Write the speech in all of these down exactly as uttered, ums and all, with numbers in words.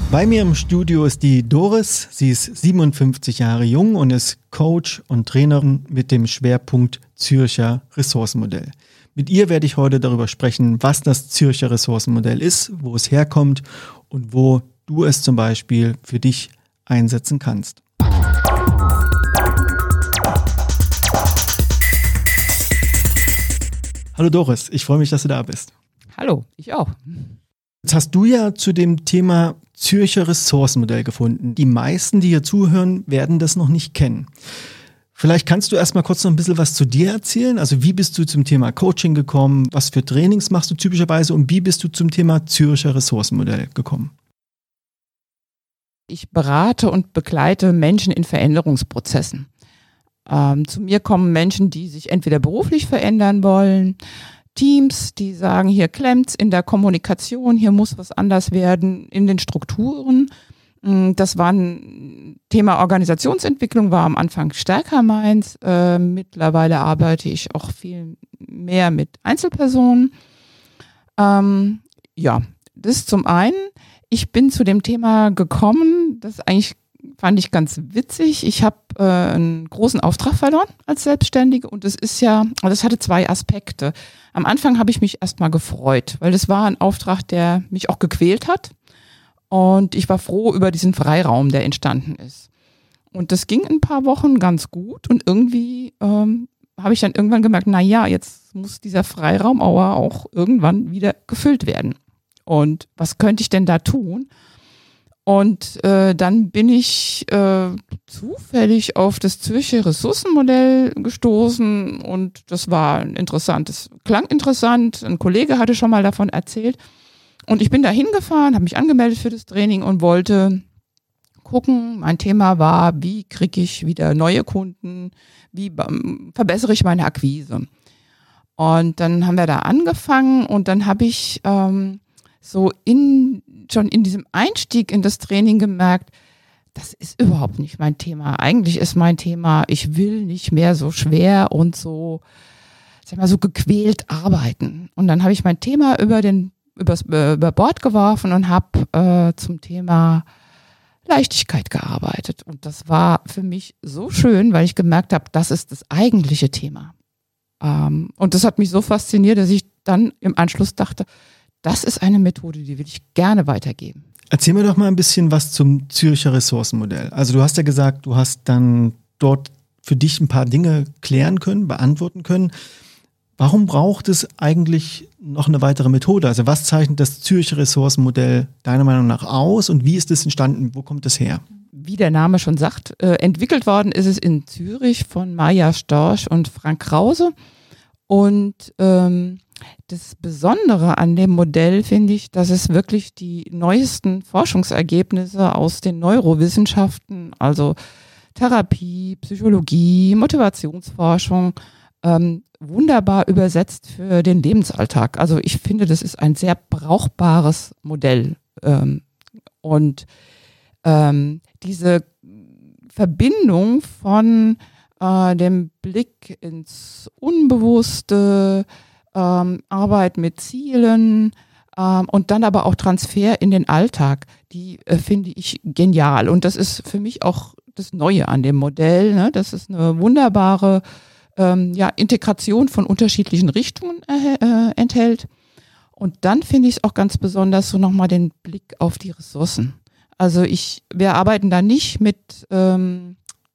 Bei mir im Studio ist die Doris. Sie ist siebenundfünfzig Jahre jung und ist Coach und Trainerin mit dem Schwerpunkt Zürcher Ressourcenmodell. Mit ihr werde ich heute darüber sprechen, was das Zürcher Ressourcenmodell ist, wo es herkommt und wo du es zum Beispiel für dich einsetzen kannst. Hallo Doris, ich freue mich, dass du da bist. Hallo, ich auch. Jetzt hast du ja zu dem Thema Zürcher Ressourcenmodell gefunden. Die meisten, die hier zuhören, werden das noch nicht kennen. Vielleicht kannst du erst mal kurz noch ein bisschen was zu dir erzählen. Also wie bist du zum Thema Coaching gekommen? Was für Trainings machst du typischerweise? Und wie bist du zum Thema Zürcher Ressourcenmodell gekommen? Ich berate und begleite Menschen in Veränderungsprozessen. Ähm, zu mir kommen Menschen, die sich entweder beruflich verändern wollen, Teams, die sagen, hier klemmt's in der Kommunikation, hier muss was anders werden in den Strukturen. Das war ein Thema Organisationsentwicklung, war am Anfang stärker meins. Äh, mittlerweile arbeite ich auch viel mehr mit Einzelpersonen. Ähm, ja, das ist zum einen. Ich bin zu dem Thema gekommen, das eigentlich fand ich ganz witzig. Ich habe äh, einen großen Auftrag verloren als Selbstständige und es ist ja, das hatte zwei Aspekte. Am Anfang habe ich mich erstmal gefreut, weil das war ein Auftrag, der mich auch gequält hat und ich war froh über diesen Freiraum, der entstanden ist. Und das ging ein paar Wochen ganz gut und irgendwie ähm, habe ich dann irgendwann gemerkt, na ja, jetzt muss dieser Freiraum aber auch irgendwann wieder gefüllt werden. Und was könnte ich denn da tun? Und äh, dann bin ich äh, zufällig auf das Zürcher Ressourcenmodell gestoßen und das war ein interessantes, klang interessant. Ein Kollege hatte schon mal davon erzählt und ich bin da hingefahren, habe mich angemeldet für das Training und wollte gucken. Mein Thema war, wie kriege ich wieder neue Kunden, wie ähm, verbessere ich meine Akquise. Und dann haben wir da angefangen und dann habe ich ähm, so in schon in diesem Einstieg in das Training gemerkt, das ist überhaupt nicht mein Thema. Eigentlich ist mein Thema, ich will nicht mehr so schwer und so, sag mal, so gequält arbeiten. Und dann habe ich mein Thema über den übers, über Bord geworfen und habe äh, zum Thema Leichtigkeit gearbeitet. Und das war für mich so schön, weil ich gemerkt habe, das ist das eigentliche Thema. Ähm, und das hat mich so fasziniert, dass ich dann im Anschluss dachte, das ist eine Methode, die will ich gerne weitergeben. Erzähl mir doch mal ein bisschen was zum Zürcher Ressourcenmodell. Also du hast ja gesagt, du hast dann dort für dich ein paar Dinge klären können, beantworten können. Warum braucht es eigentlich noch eine weitere Methode? Also was zeichnet das Zürcher Ressourcenmodell deiner Meinung nach aus und wie ist es entstanden? Wo kommt es her? Wie der Name schon sagt, äh, entwickelt worden ist es in Zürich von Maja Storch und Frank Krause. Und ähm, das Besondere an dem Modell finde ich, dass es wirklich die neuesten Forschungsergebnisse aus den Neurowissenschaften, also Therapie, Psychologie, Motivationsforschung, ähm, wunderbar übersetzt für den Lebensalltag. Also ich finde, das ist ein sehr brauchbares Modell. Ähm, und ähm, diese Verbindung von äh, dem Blick ins Unbewusste, Ähm, Arbeit mit Zielen ähm, und dann aber auch Transfer in den Alltag, die äh, finde ich genial. Und das ist für mich auch das Neue an dem Modell. Ne? Das ist eine wunderbare ähm, ja, Integration von unterschiedlichen Richtungen äh, äh, enthält. Und dann finde ich es auch ganz besonders so nochmal den Blick auf die Ressourcen. Also ich, wir arbeiten da nicht mit ähm,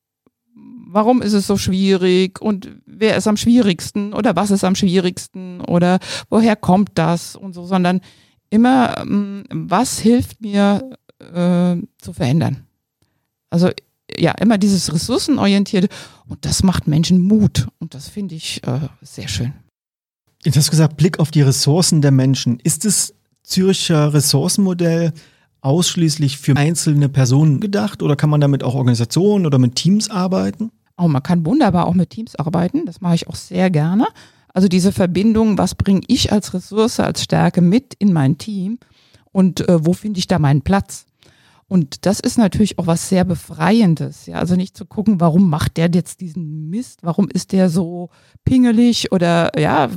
warum ist es so schwierig und wer ist am schwierigsten oder was ist am schwierigsten oder woher kommt das und so, sondern immer, was hilft mir äh, zu verändern. Also ja, immer dieses Ressourcenorientierte und das macht Menschen Mut und das finde ich äh, sehr schön. Jetzt hast du gesagt, Blick auf die Ressourcen der Menschen. Ist das Zürcher Ressourcenmodell ausschließlich für einzelne Personen gedacht oder kann man damit auch Organisationen oder mit Teams arbeiten? Oh, man kann wunderbar auch mit Teams arbeiten, das mache ich auch sehr gerne. Also diese Verbindung, was bringe ich als Ressource, als Stärke mit in mein Team und äh, wo finde ich da meinen Platz? Und das ist natürlich auch was sehr Befreiendes. Ja? Also nicht zu gucken, warum macht der jetzt diesen Mist, warum ist der so pingelig oder ja,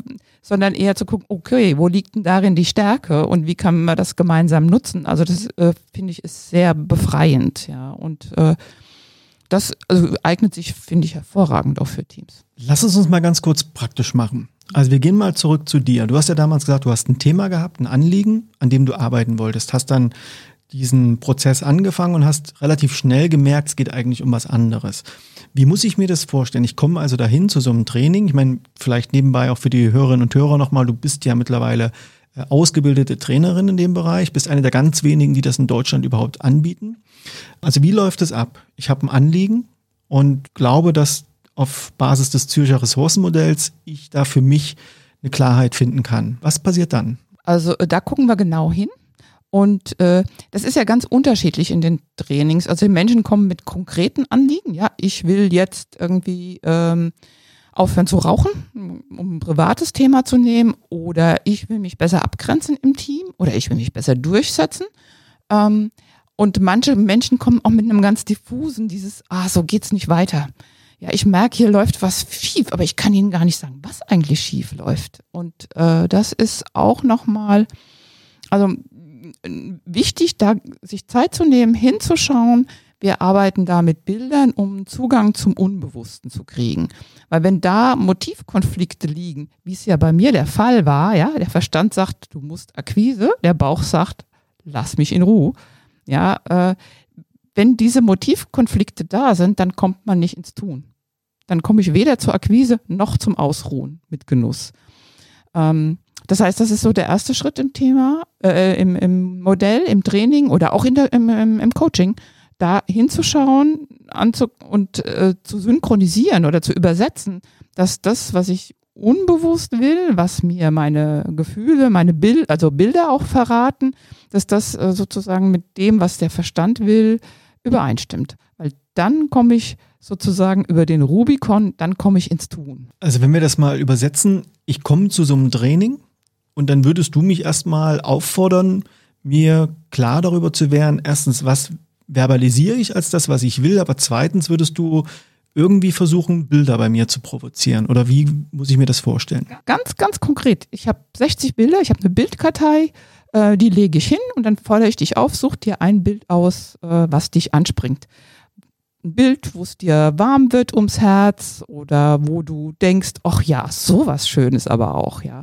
sondern eher zu gucken, okay, wo liegt denn darin die Stärke und wie kann man das gemeinsam nutzen? Also das äh, finde ich ist sehr befreiend, ja. Und äh, das also eignet sich, finde ich, hervorragend auch für Teams. Lass es uns mal ganz kurz praktisch machen. Also wir gehen mal zurück zu dir. Du hast ja damals gesagt, du hast ein Thema gehabt, ein Anliegen, an dem du arbeiten wolltest. Hast dann diesen Prozess angefangen und hast relativ schnell gemerkt, es geht eigentlich um was anderes. Wie muss ich mir das vorstellen? Ich komme also dahin zu so einem Training. Ich meine, vielleicht nebenbei auch für die Hörerinnen und Hörer nochmal, du bist ja mittlerweile äh, ausgebildete Trainerin in dem Bereich, bist eine der ganz wenigen, die das in Deutschland überhaupt anbieten. Also wie läuft es ab? Ich habe ein Anliegen und glaube, dass auf Basis des Zürcher Ressourcenmodells ich da für mich eine Klarheit finden kann. Was passiert dann? Also da gucken wir genau hin. Und äh, das ist ja ganz unterschiedlich in den Trainings. Also die Menschen kommen mit konkreten Anliegen. Ja, ich will jetzt irgendwie ähm, aufhören zu rauchen, um ein privates Thema zu nehmen. Oder ich will mich besser abgrenzen im Team. Oder ich will mich besser durchsetzen. Ähm, und manche Menschen kommen auch mit einem ganz diffusen, dieses, ah, so geht's nicht weiter. Ja, ich merke, hier läuft was schief, aber ich kann Ihnen gar nicht sagen, was eigentlich schief läuft. Und äh, das ist auch nochmal, also wichtig, da sich Zeit zu nehmen, hinzuschauen. Wir arbeiten da mit Bildern, um Zugang zum Unbewussten zu kriegen. Weil wenn da Motivkonflikte liegen, wie es ja bei mir der Fall war, ja, der Verstand sagt, du musst Akquise, der Bauch sagt, lass mich in Ruhe. Ja, äh, wenn diese Motivkonflikte da sind, dann kommt man nicht ins Tun. Dann komme ich weder zur Akquise noch zum Ausruhen mit Genuss. Ähm, Das heißt, das ist so der erste Schritt im Thema, äh, im, im Modell, im Training oder auch in der, im, im, im Coaching, da hinzuschauen anzu und äh, zu synchronisieren oder zu übersetzen, dass das, was ich unbewusst will, was mir meine Gefühle, meine Bild, also Bilder auch verraten, dass das äh, sozusagen mit dem, was der Verstand will, übereinstimmt. Weil dann komme ich sozusagen über den Rubikon, dann komme ich ins Tun. Also wenn wir das mal übersetzen, ich komme zu so einem Training und dann würdest du mich erstmal auffordern, mir klar darüber zu werden, erstens, was verbalisiere ich als das, was ich will, aber zweitens würdest du irgendwie versuchen, Bilder bei mir zu provozieren. Oder wie muss ich mir das vorstellen? Ganz, ganz konkret. Ich habe sechzig Bilder, ich habe eine Bildkartei, äh, die lege ich hin und dann fordere ich dich auf, such dir ein Bild aus, äh, was dich anspringt. Ein Bild, wo es dir warm wird ums Herz oder wo du denkst, ach ja, sowas Schönes aber auch, ja.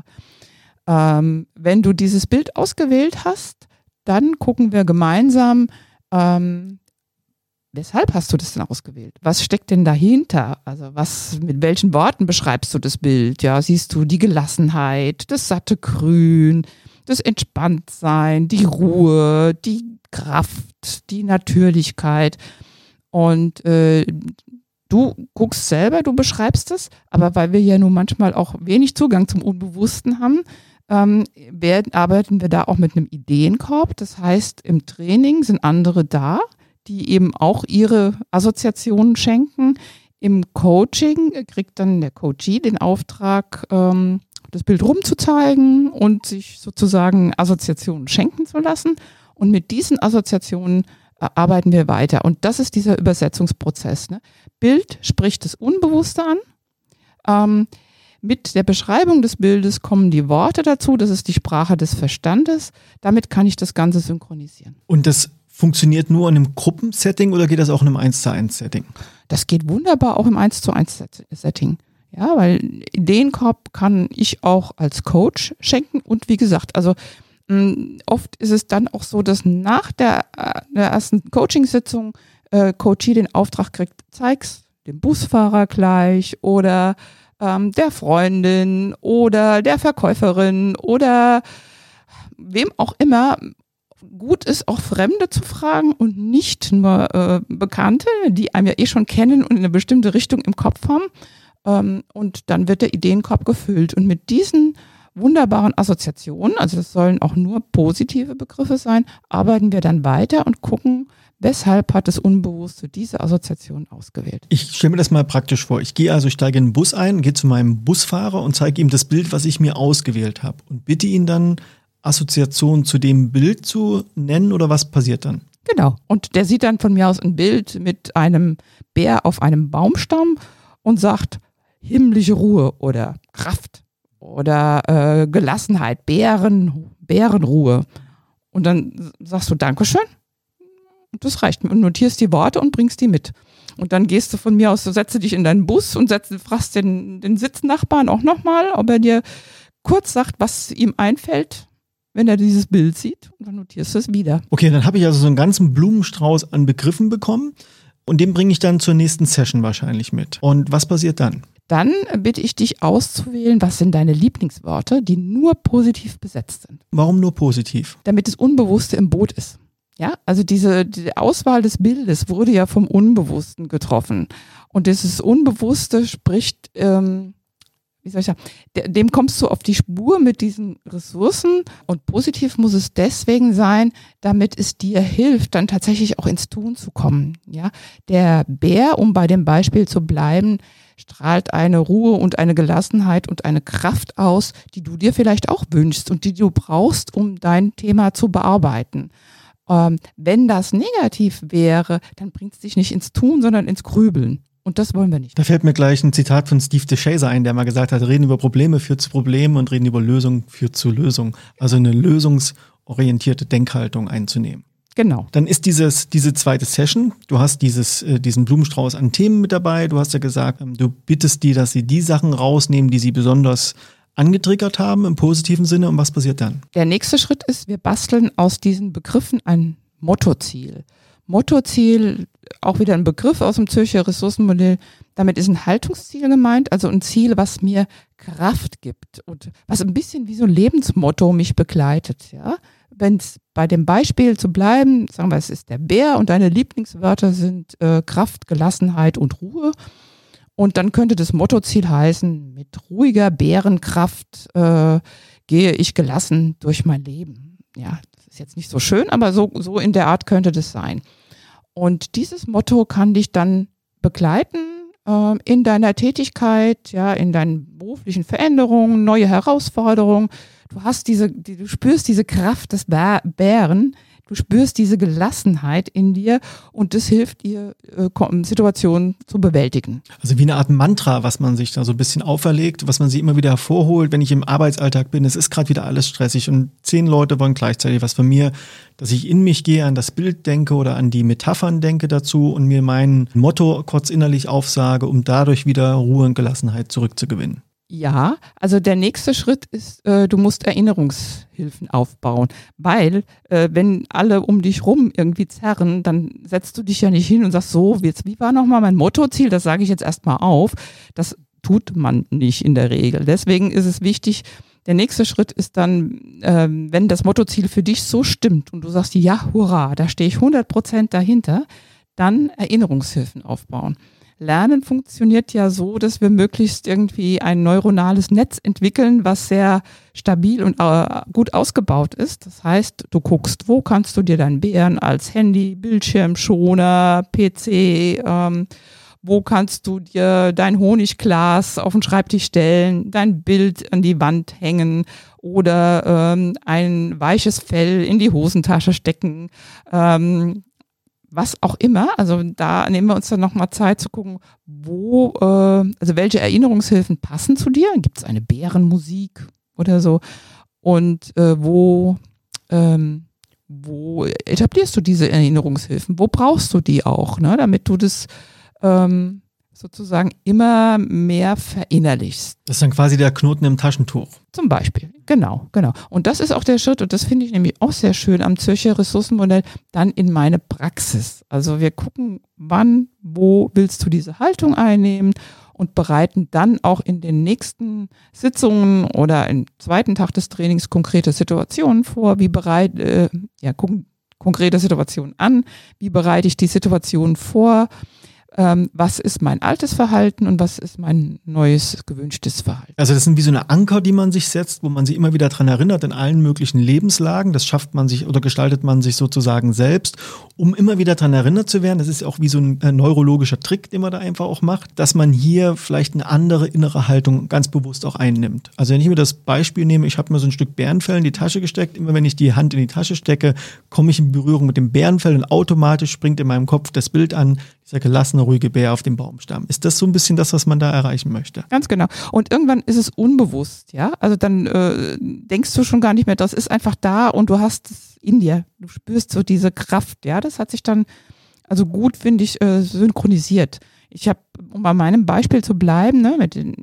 Ähm, wenn du dieses Bild ausgewählt hast, dann gucken wir gemeinsam, ähm, weshalb hast du das denn ausgewählt? Was steckt denn dahinter? Also was, mit welchen Worten beschreibst du das Bild? Ja, siehst du die Gelassenheit, das satte Grün, das Entspanntsein, die Ruhe, die Kraft, die Natürlichkeit. Und äh, du guckst selber, du beschreibst es, aber weil wir ja nun manchmal auch wenig Zugang zum Unbewussten haben, ähm, werden, arbeiten wir da auch mit einem Ideenkorb. Das heißt, im Training sind andere da, die eben auch ihre Assoziationen schenken. Im Coaching kriegt dann der Coachee den Auftrag, ähm, das Bild rumzuzeigen und sich sozusagen Assoziationen schenken zu lassen. Und mit diesen Assoziationen äh, arbeiten wir weiter. Und das ist dieser Übersetzungsprozess. Ne? Bild spricht das Unbewusste an. Ähm, mit der Beschreibung des Bildes kommen die Worte dazu. Das ist die Sprache des Verstandes. Damit kann ich das Ganze synchronisieren. Und das funktioniert nur in einem Gruppensetting oder geht das auch in einem eins zu eins Setting? Das geht wunderbar auch im eins zu eins Setting. Ja, weil den Korb kann ich auch als Coach schenken. Und wie gesagt, also mh, oft ist es dann auch so, dass nach der, äh, der ersten Coachingsitzung äh, Coachee den Auftrag kriegt, zeig's dem Busfahrer gleich oder ähm, der Freundin oder der Verkäuferin oder wem auch immer. Gut ist, auch Fremde zu fragen und nicht nur äh, Bekannte, die einem ja eh schon kennen und in eine bestimmte Richtung im Kopf haben. Ähm, und dann wird der Ideenkorb gefüllt. Und mit diesen wunderbaren Assoziationen, also das sollen auch nur positive Begriffe sein, arbeiten wir dann weiter und gucken, weshalb hat das Unbewusste diese Assoziation ausgewählt. Ich stelle mir das mal praktisch vor. Ich gehe also, ich steige in den Bus ein, gehe zu meinem Busfahrer und zeige ihm das Bild, was ich mir ausgewählt habe und bitte ihn dann, Assoziation zu dem Bild zu nennen oder was passiert dann? Genau. Und der sieht dann von mir aus ein Bild mit einem Bär auf einem Baumstamm und sagt himmlische Ruhe oder Kraft oder äh, Gelassenheit, Bären, Bärenruhe. Und dann sagst du Dankeschön und das reicht. Und notierst die Worte und bringst die mit. Und dann gehst du von mir aus, so setze dich in deinen Bus und setz, fragst den, den Sitznachbarn auch nochmal, ob er dir kurz sagt, was ihm einfällt, wenn er dieses Bild sieht. Und dann notierst du es wieder. Okay, dann habe ich also so einen ganzen Blumenstrauß an Begriffen bekommen und den bringe ich dann zur nächsten Session wahrscheinlich mit. Und was passiert dann? Dann bitte ich dich auszuwählen, was sind deine Lieblingsworte, die nur positiv besetzt sind. Warum nur positiv? Damit das Unbewusste im Boot ist. Ja, also diese die Auswahl des Bildes wurde ja vom Unbewussten getroffen. Und dieses Unbewusste spricht, ähm, wie soll ich sagen, dem kommst du auf die Spur mit diesen Ressourcen. Und positiv muss es deswegen sein, damit es dir hilft, dann tatsächlich auch ins Tun zu kommen. Ja, der Bär, um bei dem Beispiel zu bleiben, strahlt eine Ruhe und eine Gelassenheit und eine Kraft aus, die du dir vielleicht auch wünschst und die du brauchst, um dein Thema zu bearbeiten. Ähm, wenn das negativ wäre, dann bringt es dich nicht ins Tun, sondern ins Grübeln. Und das wollen wir nicht. Da fällt mir gleich ein Zitat von Steve DeShazer ein, der mal gesagt hat, reden über Probleme führt zu Problemen und reden über Lösungen führt zu Lösungen. Also eine lösungsorientierte Denkhaltung einzunehmen. Genau. Dann ist dieses, diese zweite Session, du hast dieses, äh, diesen Blumenstrauß an Themen mit dabei, du hast ja gesagt, ähm, du bittest die, dass sie die Sachen rausnehmen, die sie besonders angetriggert haben im positiven Sinne. Und was passiert dann? Der nächste Schritt ist, wir basteln aus diesen Begriffen ein Mottoziel. Mottoziel, auch wieder ein Begriff aus dem Zürcher Ressourcenmodell. Damit ist ein Haltungsziel gemeint, also ein Ziel, was mir Kraft gibt und was ein bisschen wie so ein Lebensmotto mich begleitet. Ja? Wenn es bei dem Beispiel zu bleiben, sagen wir, es ist der Bär und deine Lieblingswörter sind äh, Kraft, Gelassenheit und Ruhe. Und dann könnte das Mottoziel heißen, mit ruhiger Bärenkraft äh, gehe ich gelassen durch mein Leben. Ja, das ist jetzt nicht so schön, aber so, so in der Art könnte das sein. Und dieses Motto kann dich dann begleiten äh, in deiner Tätigkeit, ja, in deinen beruflichen Veränderungen, neue Herausforderungen. Du hast diese, die, du spürst diese Kraft des Bären. Du spürst diese Gelassenheit in dir und das hilft dir, äh, Situationen zu bewältigen. Also wie eine Art Mantra, was man sich da so ein bisschen auferlegt, was man sich immer wieder hervorholt, wenn ich im Arbeitsalltag bin. Es ist gerade wieder alles stressig und zehn Leute wollen gleichzeitig was von mir, dass ich in mich gehe, an das Bild denke oder an die Metaphern denke dazu und mir mein Motto kurz innerlich aufsage, um dadurch wieder Ruhe und Gelassenheit zurückzugewinnen. Ja, also der nächste Schritt ist, äh, du musst Erinnerungshilfen aufbauen, weil äh, wenn alle um dich rum irgendwie zerren, dann setzt du dich ja nicht hin und sagst, so, jetzt, wie war nochmal mein Mottoziel, das sage ich jetzt erstmal auf. Das tut man nicht in der Regel. Deswegen ist es wichtig, der nächste Schritt ist dann, äh, wenn das Mottoziel für dich so stimmt und du sagst, ja, hurra, da stehe ich hundert Prozent dahinter, dann Erinnerungshilfen aufbauen. Lernen funktioniert ja so, dass wir möglichst irgendwie ein neuronales Netz entwickeln, was sehr stabil und äh, gut ausgebaut ist. Das heißt, du guckst, wo kannst du dir deinen Bären als Handy, Bildschirmschoner, P C, ähm, wo kannst du dir dein Honigglas auf den Schreibtisch stellen, dein Bild an die Wand hängen oder ähm, ein weiches Fell in die Hosentasche stecken. Ähm, was auch immer, also da nehmen wir uns dann nochmal Zeit zu gucken, wo, äh, also welche Erinnerungshilfen passen zu dir, gibt es eine Bärenmusik oder so und äh, wo, ähm, wo etablierst du diese Erinnerungshilfen, wo brauchst du die auch, ne, damit du das ähm, sozusagen immer mehr verinnerlichst. Das ist dann quasi der Knoten im Taschentuch. Zum Beispiel, genau, genau. Und das ist auch der Schritt, und das finde ich nämlich auch sehr schön am Zürcher Ressourcenmodell, dann in meine Praxis. Also wir gucken, wann, wo willst du diese Haltung einnehmen und bereiten dann auch in den nächsten Sitzungen oder im zweiten Tag des Trainings konkrete Situationen vor, wie bereit, äh, ja, gucken konkrete Situationen an, wie bereite ich die Situation vor, Ähm, was ist mein altes Verhalten und was ist mein neues, gewünschtes Verhalten. Also das sind wie so eine Anker, die man sich setzt, wo man sich immer wieder dran erinnert in allen möglichen Lebenslagen. Das schafft man sich oder gestaltet man sich sozusagen selbst, um immer wieder dran erinnert zu werden. Das ist auch wie so ein äh, neurologischer Trick, den man da einfach auch macht, dass man hier vielleicht eine andere innere Haltung ganz bewusst auch einnimmt. Also wenn ich mir das Beispiel nehme, ich habe mir so ein Stück Bärenfell in die Tasche gesteckt. Immer wenn ich die Hand in die Tasche stecke, komme ich in Berührung mit dem Bärenfell und automatisch springt in meinem Kopf das Bild an, dieser gelassene, ruhige Bär auf dem Baumstamm. Ist das so ein bisschen das, was man da erreichen möchte? Ganz genau. Und irgendwann ist es unbewusst, ja. Also dann äh, denkst du schon gar nicht mehr, das ist einfach da und du hast es in dir. Du spürst so diese Kraft, ja. Das hat sich dann also gut, finde ich, äh, synchronisiert. Ich habe, um bei meinem Beispiel zu bleiben, ne, mit dem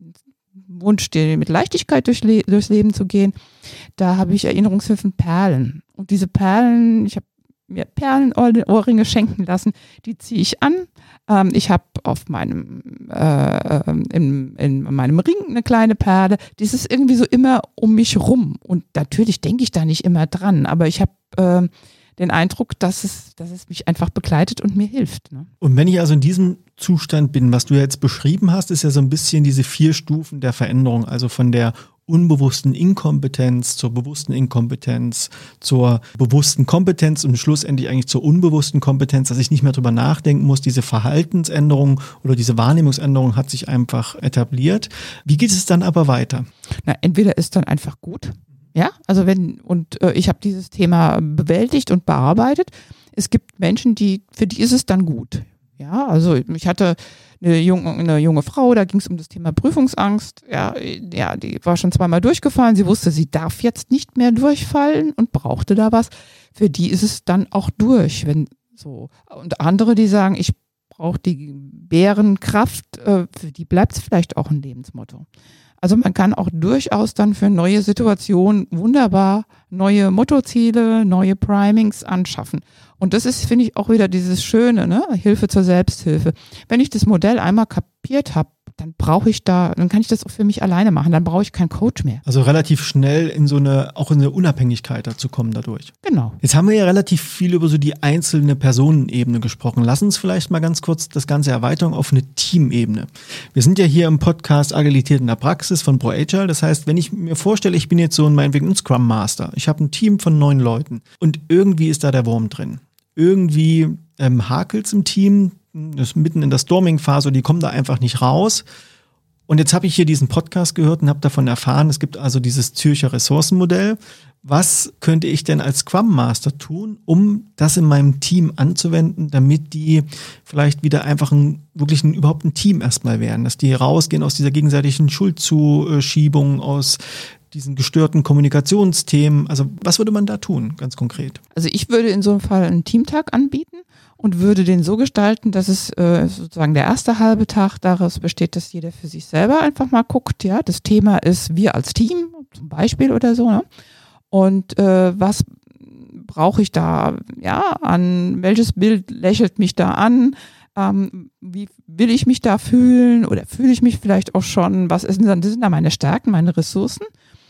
Wunsch, mit Leichtigkeit durch Le- durchs Leben zu gehen, da habe ich Erinnerungshilfen Perlen. Und diese Perlen, ich habe mir Perlenohrringe schenken lassen, die ziehe ich an. Ähm, ich habe auf meinem, äh, in, in meinem Ring eine kleine Perle. Die ist irgendwie so immer um mich rum. Und natürlich denke ich da nicht immer dran, aber ich habe äh, den Eindruck, dass es, dass es mich einfach begleitet und mir hilft. Ne? Und wenn ich also in diesem Zustand bin, was du jetzt beschrieben hast, ist ja so ein bisschen diese vier Stufen der Veränderung, also von der unbewussten Inkompetenz zur bewussten Inkompetenz, zur bewussten Kompetenz und schlussendlich eigentlich zur unbewussten Kompetenz, dass ich nicht mehr drüber nachdenken muss. Diese Verhaltensänderung oder diese Wahrnehmungsänderung hat sich einfach etabliert. Wie geht es dann aber weiter? Na, entweder ist dann einfach gut, ja, also wenn, und äh, ich habe dieses Thema bewältigt und bearbeitet. Es gibt Menschen, die, für die ist es dann gut. Ja, also ich hatte eine junge, eine junge Frau, da ging es um das Thema Prüfungsangst. Ja, ja, die war schon zweimal durchgefallen. Sie wusste, sie darf jetzt nicht mehr durchfallen und brauchte da was. Für die ist es dann auch durch, wenn so. Und andere, die sagen, ich brauche die Bärenkraft, äh, für die bleibt es vielleicht auch ein Lebensmotto. Also man kann auch durchaus dann für neue Situationen wunderbar neue Mottoziele, neue Primings anschaffen. Und das ist, finde ich, auch wieder dieses Schöne, ne? Hilfe zur Selbsthilfe. Wenn ich das Modell einmal kapiert habe, dann brauche ich da, dann kann ich das auch für mich alleine machen. Dann brauche ich keinen Coach mehr. Also relativ schnell in so eine, auch in eine Unabhängigkeit dazu kommen dadurch. Genau. Jetzt haben wir ja relativ viel über so die einzelne Personenebene gesprochen. Lass uns vielleicht mal ganz kurz das Ganze erweitern auf eine Teamebene. Wir sind ja hier im Podcast Agilität in der Praxis von ProAgile. Das heißt, wenn ich mir vorstelle, ich bin jetzt so in meinetwegen ein Scrum Master. Ich habe ein Team von neun Leuten und irgendwie ist da der Wurm drin. Irgendwie ähm, hakelt es im Team, das ist mitten in der Storming-Phase, die kommen da einfach nicht raus. Und jetzt habe ich hier diesen Podcast gehört und habe davon erfahren, es gibt also dieses Zürcher Ressourcenmodell. Was könnte ich denn als Scrum Master tun, um das in meinem Team anzuwenden, damit die vielleicht wieder einfach ein, wirklich ein, überhaupt ein Team erstmal werden, dass die rausgehen aus dieser gegenseitigen Schuldzuschiebung, aus diesen gestörten Kommunikationsthemen. Also was würde man da tun, ganz konkret? Also ich würde in so einem Fall einen Teamtag anbieten und würde den so gestalten, dass es äh, sozusagen der erste halbe Tag daraus besteht, dass jeder für sich selber einfach mal guckt. Ja, das Thema ist wir als Team zum Beispiel oder so. Ne? Und äh, was brauche ich da? Ja, an welches Bild lächelt mich da an? Ähm, wie will ich mich da fühlen? Oder fühle ich mich vielleicht auch schon? Was ist denn, das sind da meine Stärken, meine Ressourcen?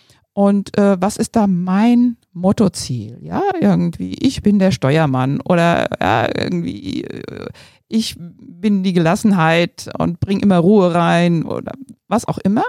Und äh, was ist da mein Mottoziel? Ja, irgendwie, ich bin der Steuermann oder ja, irgendwie, äh, ich bin die Gelassenheit und bringe immer Ruhe rein oder was auch immer.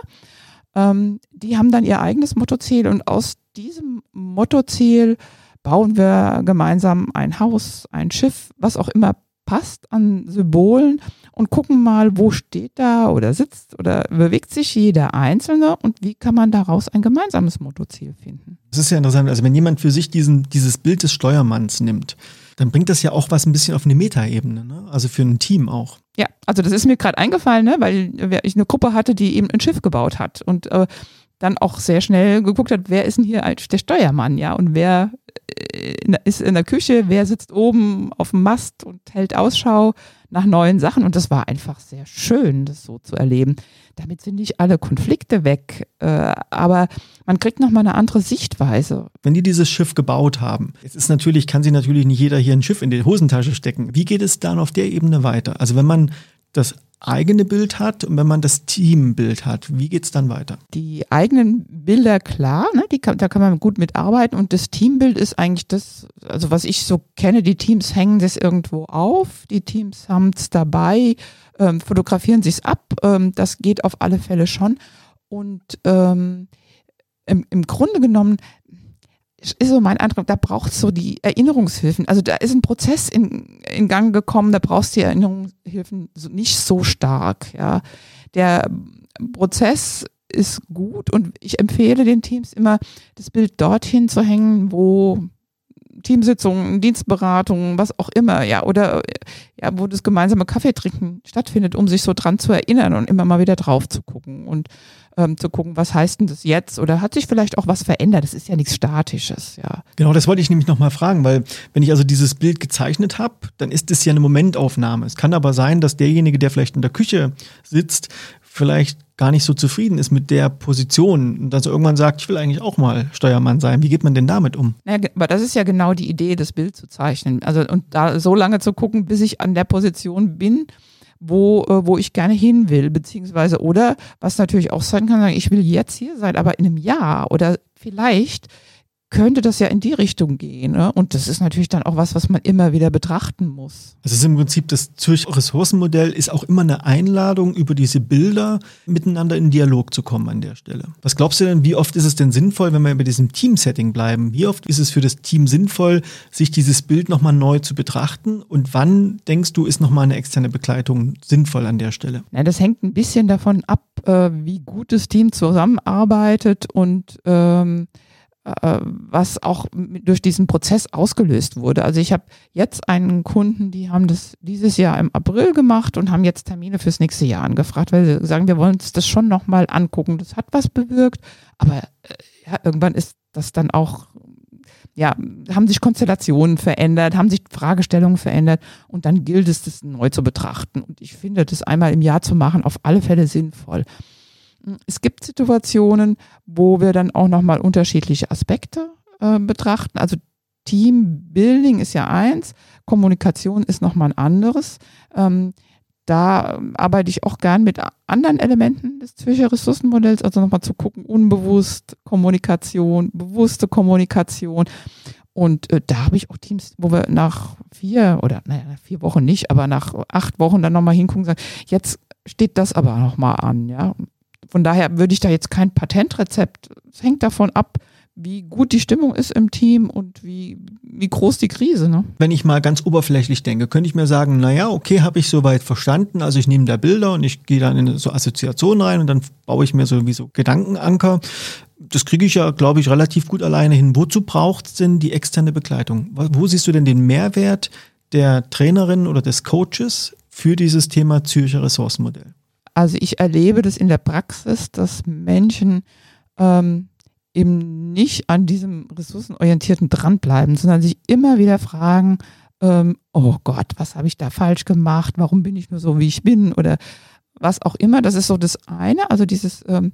Ähm, die haben dann ihr eigenes Mottoziel und aus diesem Mottoziel bauen wir gemeinsam ein Haus, ein Schiff, was auch immer passt an Symbolen und gucken mal, wo steht da oder sitzt oder bewegt sich jeder Einzelne und wie kann man daraus ein gemeinsames Mottoziel finden. Das ist ja interessant, also wenn jemand für sich diesen, dieses Bild des Steuermanns nimmt, dann bringt das ja auch was ein bisschen auf eine Metaebene, ne? Also für ein Team auch. Ja, also das ist mir gerade eingefallen, ne? Weil ich eine Gruppe hatte, die eben ein Schiff gebaut hat und äh, dann auch sehr schnell geguckt hat, wer ist denn hier der Steuermann, ja, und wer ist in der Küche, wer sitzt oben auf dem Mast und hält Ausschau nach neuen Sachen und das war einfach sehr schön, das so zu erleben. Damit sind nicht alle Konflikte weg, äh, aber man kriegt nochmal eine andere Sichtweise. Wenn die dieses Schiff gebaut haben, jetzt ist natürlich, kann sich natürlich nicht jeder hier ein Schiff in die Hosentasche stecken. Wie geht es dann auf der Ebene weiter? Also wenn man das eigene Bild hat und wenn man das Teambild hat, wie geht's dann weiter? Die eigenen Bilder, klar, ne, die kann, da kann man gut mitarbeiten und das Teambild ist eigentlich das, also was ich so kenne, die Teams hängen das irgendwo auf, die Teams haben es dabei, ähm, fotografieren sich's ab, ähm, das geht auf alle Fälle schon und ähm, im, im Grunde genommen ist so mein Eindruck, da braucht es so die Erinnerungshilfen. Also da ist ein Prozess in, in Gang gekommen, da brauchst du die Erinnerungshilfen so, nicht so stark. Ja. Der Prozess ist gut und ich empfehle den Teams immer, das Bild dorthin zu hängen, wo Teamsitzungen, Dienstberatungen, was auch immer, ja, oder ja, wo das gemeinsame Kaffeetrinken stattfindet, um sich so dran zu erinnern und immer mal wieder drauf zu gucken und ähm, zu gucken, was heißt denn das jetzt? Oder hat sich vielleicht auch was verändert? Das ist ja nichts Statisches, ja. Genau, das wollte ich nämlich nochmal fragen, weil wenn ich also dieses Bild gezeichnet habe, dann ist es ja eine Momentaufnahme. Es kann aber sein, dass derjenige, der vielleicht in der Küche sitzt, vielleicht gar nicht so zufrieden ist mit der Position und dann so irgendwann sagt, ich will eigentlich auch mal Steuermann sein. Wie geht man denn damit um? Ja, aber das ist ja genau die Idee, das Bild zu zeichnen. Also und da so lange zu gucken, bis ich an der Position bin, wo, äh, wo ich gerne hin will, beziehungsweise oder, was natürlich auch sein kann, sagen, ich will jetzt hier sein, aber in einem Jahr oder vielleicht könnte das ja in die Richtung gehen. Ne? Und das ist natürlich dann auch was, was man immer wieder betrachten muss. Das ist im Prinzip das Zürcher Ressourcenmodell, ist auch immer eine Einladung, über diese Bilder miteinander in Dialog zu kommen an der Stelle. Was glaubst du denn, wie oft ist es denn sinnvoll, wenn wir bei diesem Team-Setting bleiben? Wie oft ist es für das Team sinnvoll, sich dieses Bild nochmal neu zu betrachten? Und wann, denkst du, ist nochmal eine externe Begleitung sinnvoll an der Stelle? Ja, das hängt ein bisschen davon ab, äh, wie gut das Team zusammenarbeitet und ähm, was auch durch diesen Prozess ausgelöst wurde. Also ich habe jetzt einen Kunden, die haben das dieses Jahr im April gemacht und haben jetzt Termine fürs nächste Jahr angefragt, weil sie sagen, wir wollen uns das schon nochmal angucken. Das hat was bewirkt, aber ja, irgendwann ist das dann auch, ja, haben sich Konstellationen verändert, haben sich Fragestellungen verändert und dann gilt es, das neu zu betrachten. Und ich finde, das einmal im Jahr zu machen, auf alle Fälle sinnvoll. Es gibt Situationen, wo wir dann auch nochmal unterschiedliche Aspekte äh, betrachten. Also Teambuilding ist ja eins, Kommunikation ist nochmal ein anderes. Ähm, da arbeite ich auch gern mit anderen Elementen des Zürcher Ressourcenmodells, also nochmal zu gucken, unbewusst Kommunikation, bewusste Kommunikation. Und äh, da habe ich auch Teams, wo wir nach vier oder naja, vier Wochen nicht, aber nach acht Wochen dann nochmal hingucken und sagen, jetzt steht das aber nochmal an, ja. Von daher würde ich da jetzt kein Patentrezept, es hängt davon ab, wie gut die Stimmung ist im Team und wie, wie groß die Krise. Ne? Wenn ich mal ganz oberflächlich denke, könnte ich mir sagen, naja, okay, habe ich soweit verstanden, also ich nehme da Bilder und ich gehe dann in so Assoziationen rein und dann baue ich mir so wie so Gedankenanker. Das kriege ich ja, glaube ich, relativ gut alleine hin. Wozu braucht es denn die externe Begleitung? Wo siehst du denn den Mehrwert der Trainerin oder des Coaches für dieses Thema Zürcher Ressourcenmodell? Also ich erlebe das in der Praxis, dass Menschen ähm, eben nicht an diesem ressourcenorientierten dranbleiben, sondern sich immer wieder fragen, ähm, oh Gott, was habe ich da falsch gemacht? Warum bin ich nur so, wie ich bin? Oder was auch immer. Das ist so das eine. Also dieses ähm,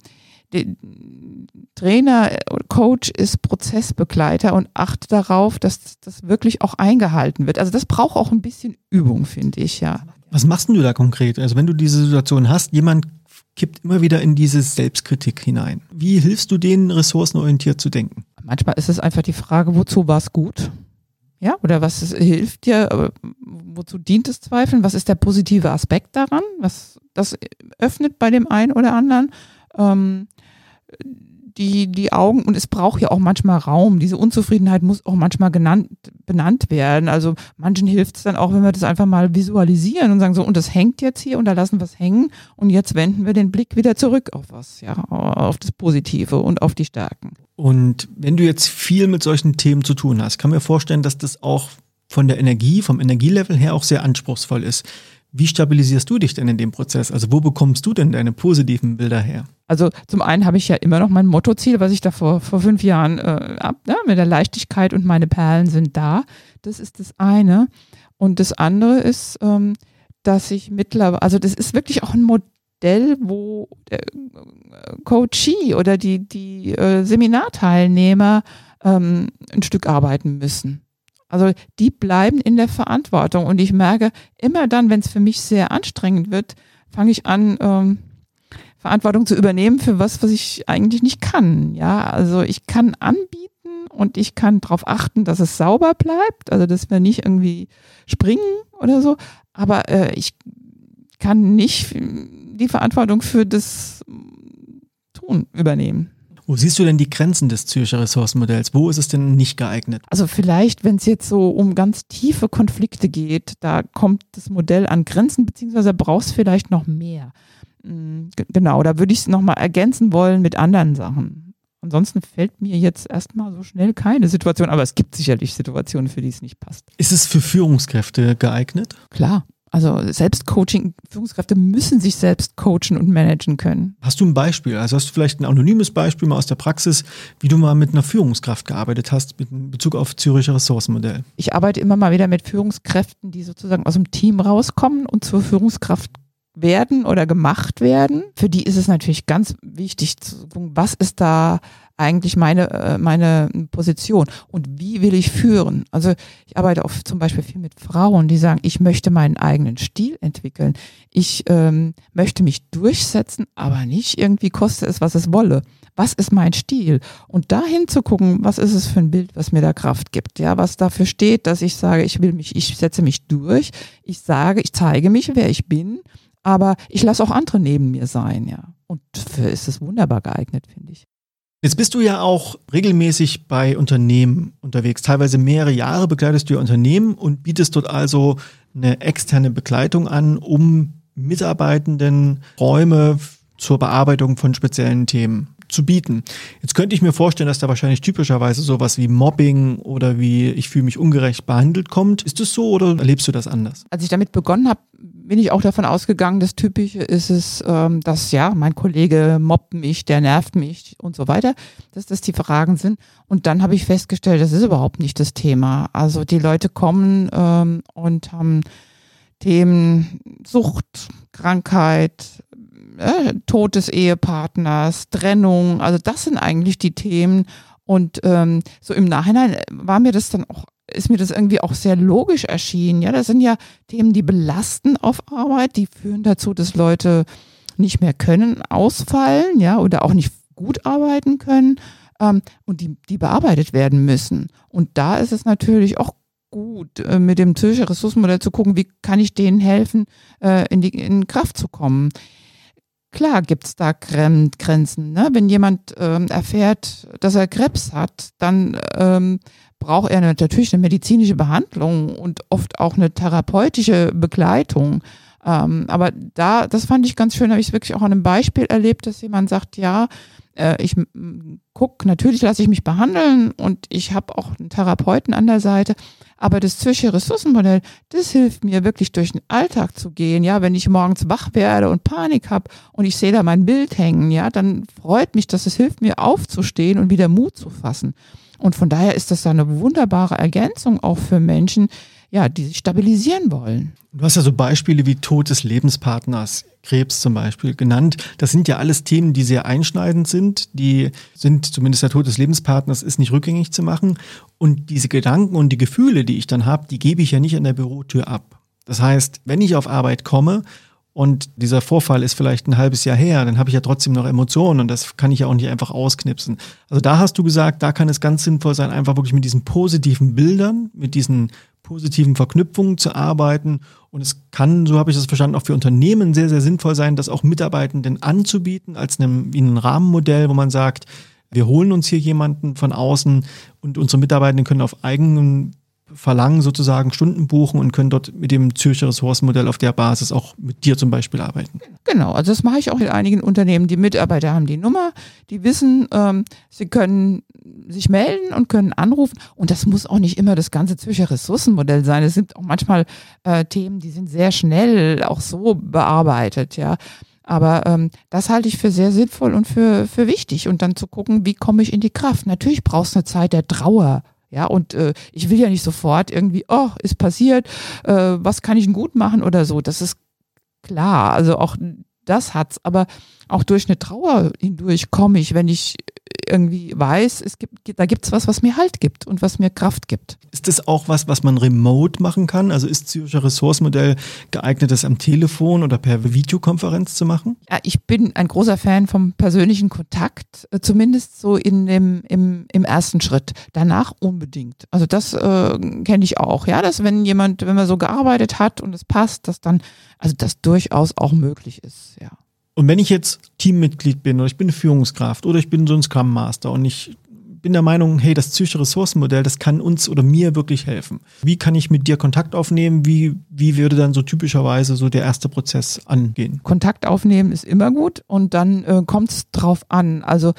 Trainer, Coach ist Prozessbegleiter und achtet darauf, dass das wirklich auch eingehalten wird. Also das braucht auch ein bisschen Übung, finde ich, ja. Was machst denn du da konkret? Also wenn du diese Situation hast, jemand kippt immer wieder in diese Selbstkritik hinein. Wie hilfst du denen, ressourcenorientiert zu denken? Manchmal ist es einfach die Frage, wozu war es gut? Ja, oder was ist, hilft dir, wozu dient es Zweifeln? Was ist der positive Aspekt daran? Was das öffnet bei dem einen oder anderen ähm, die, die Augen, und es braucht ja auch manchmal Raum. Diese Unzufriedenheit muss auch manchmal genannt, benannt werden. Also manchen hilft es dann auch, wenn wir das einfach mal visualisieren und sagen so, und das hängt jetzt hier und da lassen wir es hängen und jetzt wenden wir den Blick wieder zurück auf was, ja, auf das Positive und auf die Stärken. Und wenn du jetzt viel mit solchen Themen zu tun hast, kann mir vorstellen, dass das auch von der Energie, vom Energielevel her auch sehr anspruchsvoll ist. Wie stabilisierst du dich denn in dem Prozess? Also wo bekommst du denn deine positiven Bilder her? Also zum einen habe ich ja immer noch mein Mottoziel, was ich da vor, vor fünf Jahren äh, ab, ne, mit der Leichtigkeit und meine Perlen sind da. Das ist das eine. Und das andere ist, ähm, dass ich mittlerweile, also das ist wirklich auch ein Modell, wo der Coachee oder die, die äh, Seminarteilnehmer ähm, ein Stück arbeiten müssen. Also die bleiben in der Verantwortung und ich merke, immer dann, wenn es für mich sehr anstrengend wird, fange ich an, ähm, Verantwortung zu übernehmen für was, was ich eigentlich nicht kann. Ja, also ich kann anbieten und ich kann darauf achten, dass es sauber bleibt, also dass wir nicht irgendwie springen oder so, aber äh, ich kann nicht die Verantwortung für das Tun übernehmen. Wo siehst du denn die Grenzen des Zürcher Ressourcenmodells? Wo ist es denn nicht geeignet? Also vielleicht, wenn es jetzt so um ganz tiefe Konflikte geht, da kommt das Modell an Grenzen, beziehungsweise brauchst vielleicht noch mehr. Genau, da würde ich es nochmal ergänzen wollen mit anderen Sachen. Ansonsten fällt mir jetzt erstmal so schnell keine Situation, aber es gibt sicherlich Situationen, für die es nicht passt. Ist es für Führungskräfte geeignet? Klar. Also Selbstcoaching, Führungskräfte müssen sich selbst coachen und managen können. Hast du ein Beispiel? Also hast du vielleicht ein anonymes Beispiel mal aus der Praxis, wie du mal mit einer Führungskraft gearbeitet hast mit Bezug auf Zürcher Ressourcenmodell? Ich arbeite immer mal wieder mit Führungskräften, die sozusagen aus dem Team rauskommen und zur Führungskraft werden oder gemacht werden. Für die ist es natürlich ganz wichtig zu gucken, was ist da eigentlich meine, meine Position und wie will ich führen? Also ich arbeite auch zum Beispiel viel mit Frauen, die sagen, ich möchte meinen eigenen Stil entwickeln. Ich ähm, möchte mich durchsetzen, aber nicht irgendwie koste es, was es wolle. Was ist mein Stil? Und dahin zu gucken, was ist es für ein Bild, was mir da Kraft gibt? Ja, was dafür steht, dass ich sage, ich will mich, ich setze mich durch. Ich sage, ich zeige mich, wer ich bin, aber ich lasse auch andere neben mir sein, ja. Und dafür ist es wunderbar geeignet, finde ich. Jetzt bist du ja auch regelmäßig bei Unternehmen unterwegs. Teilweise mehrere Jahre begleitest du ja Unternehmen und bietest dort also eine externe Begleitung an, um Mitarbeitenden Räume zur Bearbeitung von speziellen Themen zu bieten. Jetzt könnte ich mir vorstellen, dass da wahrscheinlich typischerweise sowas wie Mobbing oder wie ich fühle mich ungerecht behandelt kommt. Ist das so oder erlebst du das anders? Als ich damit begonnen habe, bin ich auch davon ausgegangen, das Typische ist es, ähm, dass ja, mein Kollege mobbt mich, der nervt mich und so weiter, dass das die Fragen sind. Und dann habe ich festgestellt, das ist überhaupt nicht das Thema. Also die Leute kommen ähm, und haben Themen Sucht, Krankheit, äh, Tod des Ehepartners, Trennung, also das sind eigentlich die Themen. Und ähm, so im Nachhinein war mir das dann auch ist mir das irgendwie auch sehr logisch erschienen. Ja, das sind ja Themen, die belasten auf Arbeit, die führen dazu, dass Leute nicht mehr können, ausfallen, ja, oder auch nicht gut arbeiten können, ähm, und die, die bearbeitet werden müssen. Und da ist es natürlich auch gut, äh, mit dem Zürcher Ressourcenmodell zu gucken, wie kann ich denen helfen, äh, in die in Kraft zu kommen. Klar gibt's da Grenzen. Ne? Wenn jemand ähm, erfährt, dass er Krebs hat, dann ähm, braucht er natürlich eine medizinische Behandlung und oft auch eine therapeutische Begleitung. Ähm, aber da, das fand ich ganz schön, habe ich es wirklich auch an einem Beispiel erlebt, dass jemand sagt, ja, äh, ich gucke, natürlich lasse ich mich behandeln und ich habe auch einen Therapeuten an der Seite, aber das Zürcher Ressourcenmodell, das hilft mir wirklich durch den Alltag zu gehen. Ja, wenn ich morgens wach werde und Panik habe und ich sehe da mein Bild hängen, ja, dann freut mich das, es hilft mir aufzustehen und wieder Mut zu fassen. Und von daher ist das eine wunderbare Ergänzung auch für Menschen, ja, die sich stabilisieren wollen. Du hast ja so Beispiele wie Tod des Lebenspartners, Krebs zum Beispiel genannt. Das sind ja alles Themen, die sehr einschneidend sind. Die sind, zumindest der Tod des Lebenspartners ist nicht rückgängig zu machen. Und diese Gedanken und die Gefühle, die ich dann habe, die gebe ich ja nicht an der Bürotür ab. Das heißt, wenn ich auf Arbeit komme und dieser Vorfall ist vielleicht ein halbes Jahr her, dann habe ich ja trotzdem noch Emotionen und das kann ich ja auch nicht einfach ausknipsen. Also da hast du gesagt, da kann es ganz sinnvoll sein, einfach wirklich mit diesen positiven Bildern, mit diesen positiven Verknüpfungen zu arbeiten. Und es kann, so habe ich das verstanden, auch für Unternehmen sehr, sehr sinnvoll sein, das auch Mitarbeitenden anzubieten als einem, wie ein Rahmenmodell, wo man sagt, wir holen uns hier jemanden von außen und unsere Mitarbeitenden können auf eigenen Verlangen sozusagen Stunden buchen und können dort mit dem Zürcher Ressourcenmodell auf der Basis auch mit dir zum Beispiel arbeiten. Genau, also das mache ich auch in einigen Unternehmen. Die Mitarbeiter haben die Nummer, die wissen, ähm, sie können sich melden und können anrufen. Und das muss auch nicht immer das ganze Zürcher Ressourcenmodell sein. Es sind auch manchmal äh, Themen, die sind sehr schnell auch so bearbeitet, ja. Aber ähm, das halte ich für sehr sinnvoll und für, für wichtig. Und dann zu gucken, wie komme ich in die Kraft. Natürlich brauchst du eine Zeit der Trauer. Ja, und äh, ich will ja nicht sofort irgendwie, oh, ist passiert, äh, was kann ich denn gut machen oder so. Das ist klar, also auch das hat's, aber auch durch eine Trauer hindurch komme ich, wenn ich irgendwie weiß, es gibt, da gibt's was, was mir Halt gibt und was mir Kraft gibt. Ist das auch was, was man remote machen kann? Also ist Zürcher Ressourcenmodell geeignet, das am Telefon oder per Videokonferenz zu machen? Ja, ich bin ein großer Fan vom persönlichen Kontakt, zumindest so in dem, im, im ersten Schritt. Danach unbedingt. Also das äh, kenne ich auch. Ja, dass wenn jemand, wenn man so gearbeitet hat und es passt, dass dann, also das durchaus auch möglich ist, ja. Und wenn ich jetzt Teammitglied bin oder ich bin eine Führungskraft oder ich bin so ein Scrum Master und ich bin der Meinung, hey, das Zürcher Ressourcenmodell, das kann uns oder mir wirklich helfen. Wie kann ich mit dir Kontakt aufnehmen? Wie, wie würde dann so typischerweise so der erste Prozess angehen? Kontakt aufnehmen ist immer gut und dann äh, kommt es drauf an. Also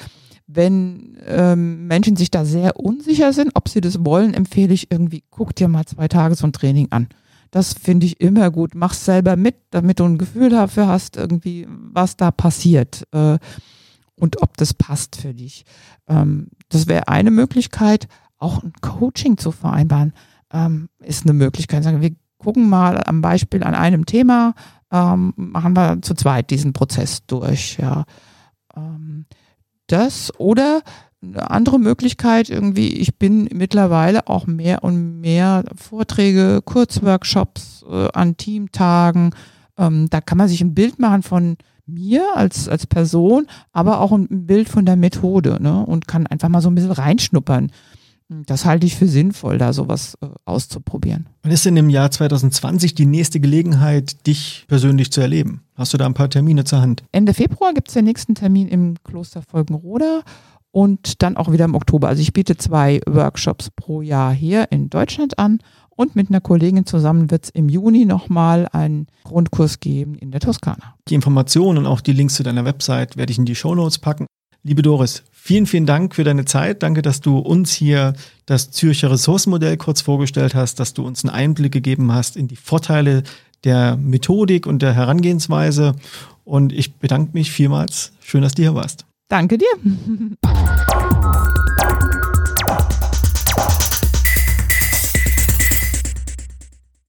Wenn ähm, Menschen sich da sehr unsicher sind, ob sie das wollen, empfehle ich irgendwie, guck dir mal zwei Tage so ein Training an. Das finde ich immer gut. Mach's selber mit, damit du ein Gefühl dafür hast, irgendwie, was da passiert äh, und ob das passt für dich. Ähm, das wäre eine Möglichkeit. Auch ein Coaching zu vereinbaren, ähm, ist eine Möglichkeit. Sagen wir, gucken mal am Beispiel an einem Thema, ähm, machen wir zu zweit diesen Prozess durch. Ja. Ähm, das oder eine andere Möglichkeit irgendwie, ich bin mittlerweile auch mehr und mehr Vorträge, Kurzworkshops äh, an Teamtagen. Ähm, da kann man sich ein Bild machen von mir als, als Person, aber auch ein Bild von der Methode, ne? Und kann einfach mal so ein bisschen reinschnuppern. Das halte ich für sinnvoll, da sowas äh, auszuprobieren. Wann ist denn im Jahr zwanzig zwanzig die nächste Gelegenheit, dich persönlich zu erleben? Hast du da ein paar Termine zur Hand? Ende Februar gibt es den nächsten Termin im Kloster Folgenroda und dann auch wieder im Oktober. Also ich biete zwei Workshops pro Jahr hier in Deutschland an und mit einer Kollegin zusammen wird es im Juni nochmal einen Grundkurs geben in der Toskana. Die Informationen und auch die Links zu deiner Website werde ich in die Shownotes packen. Liebe Doris, vielen, vielen Dank für deine Zeit. Danke, dass du uns hier das Zürcher Ressourcenmodell kurz vorgestellt hast, dass du uns einen Einblick gegeben hast in die Vorteile der Methodik und der Herangehensweise. Und ich bedanke mich vielmals. Schön, dass du hier warst. Danke dir.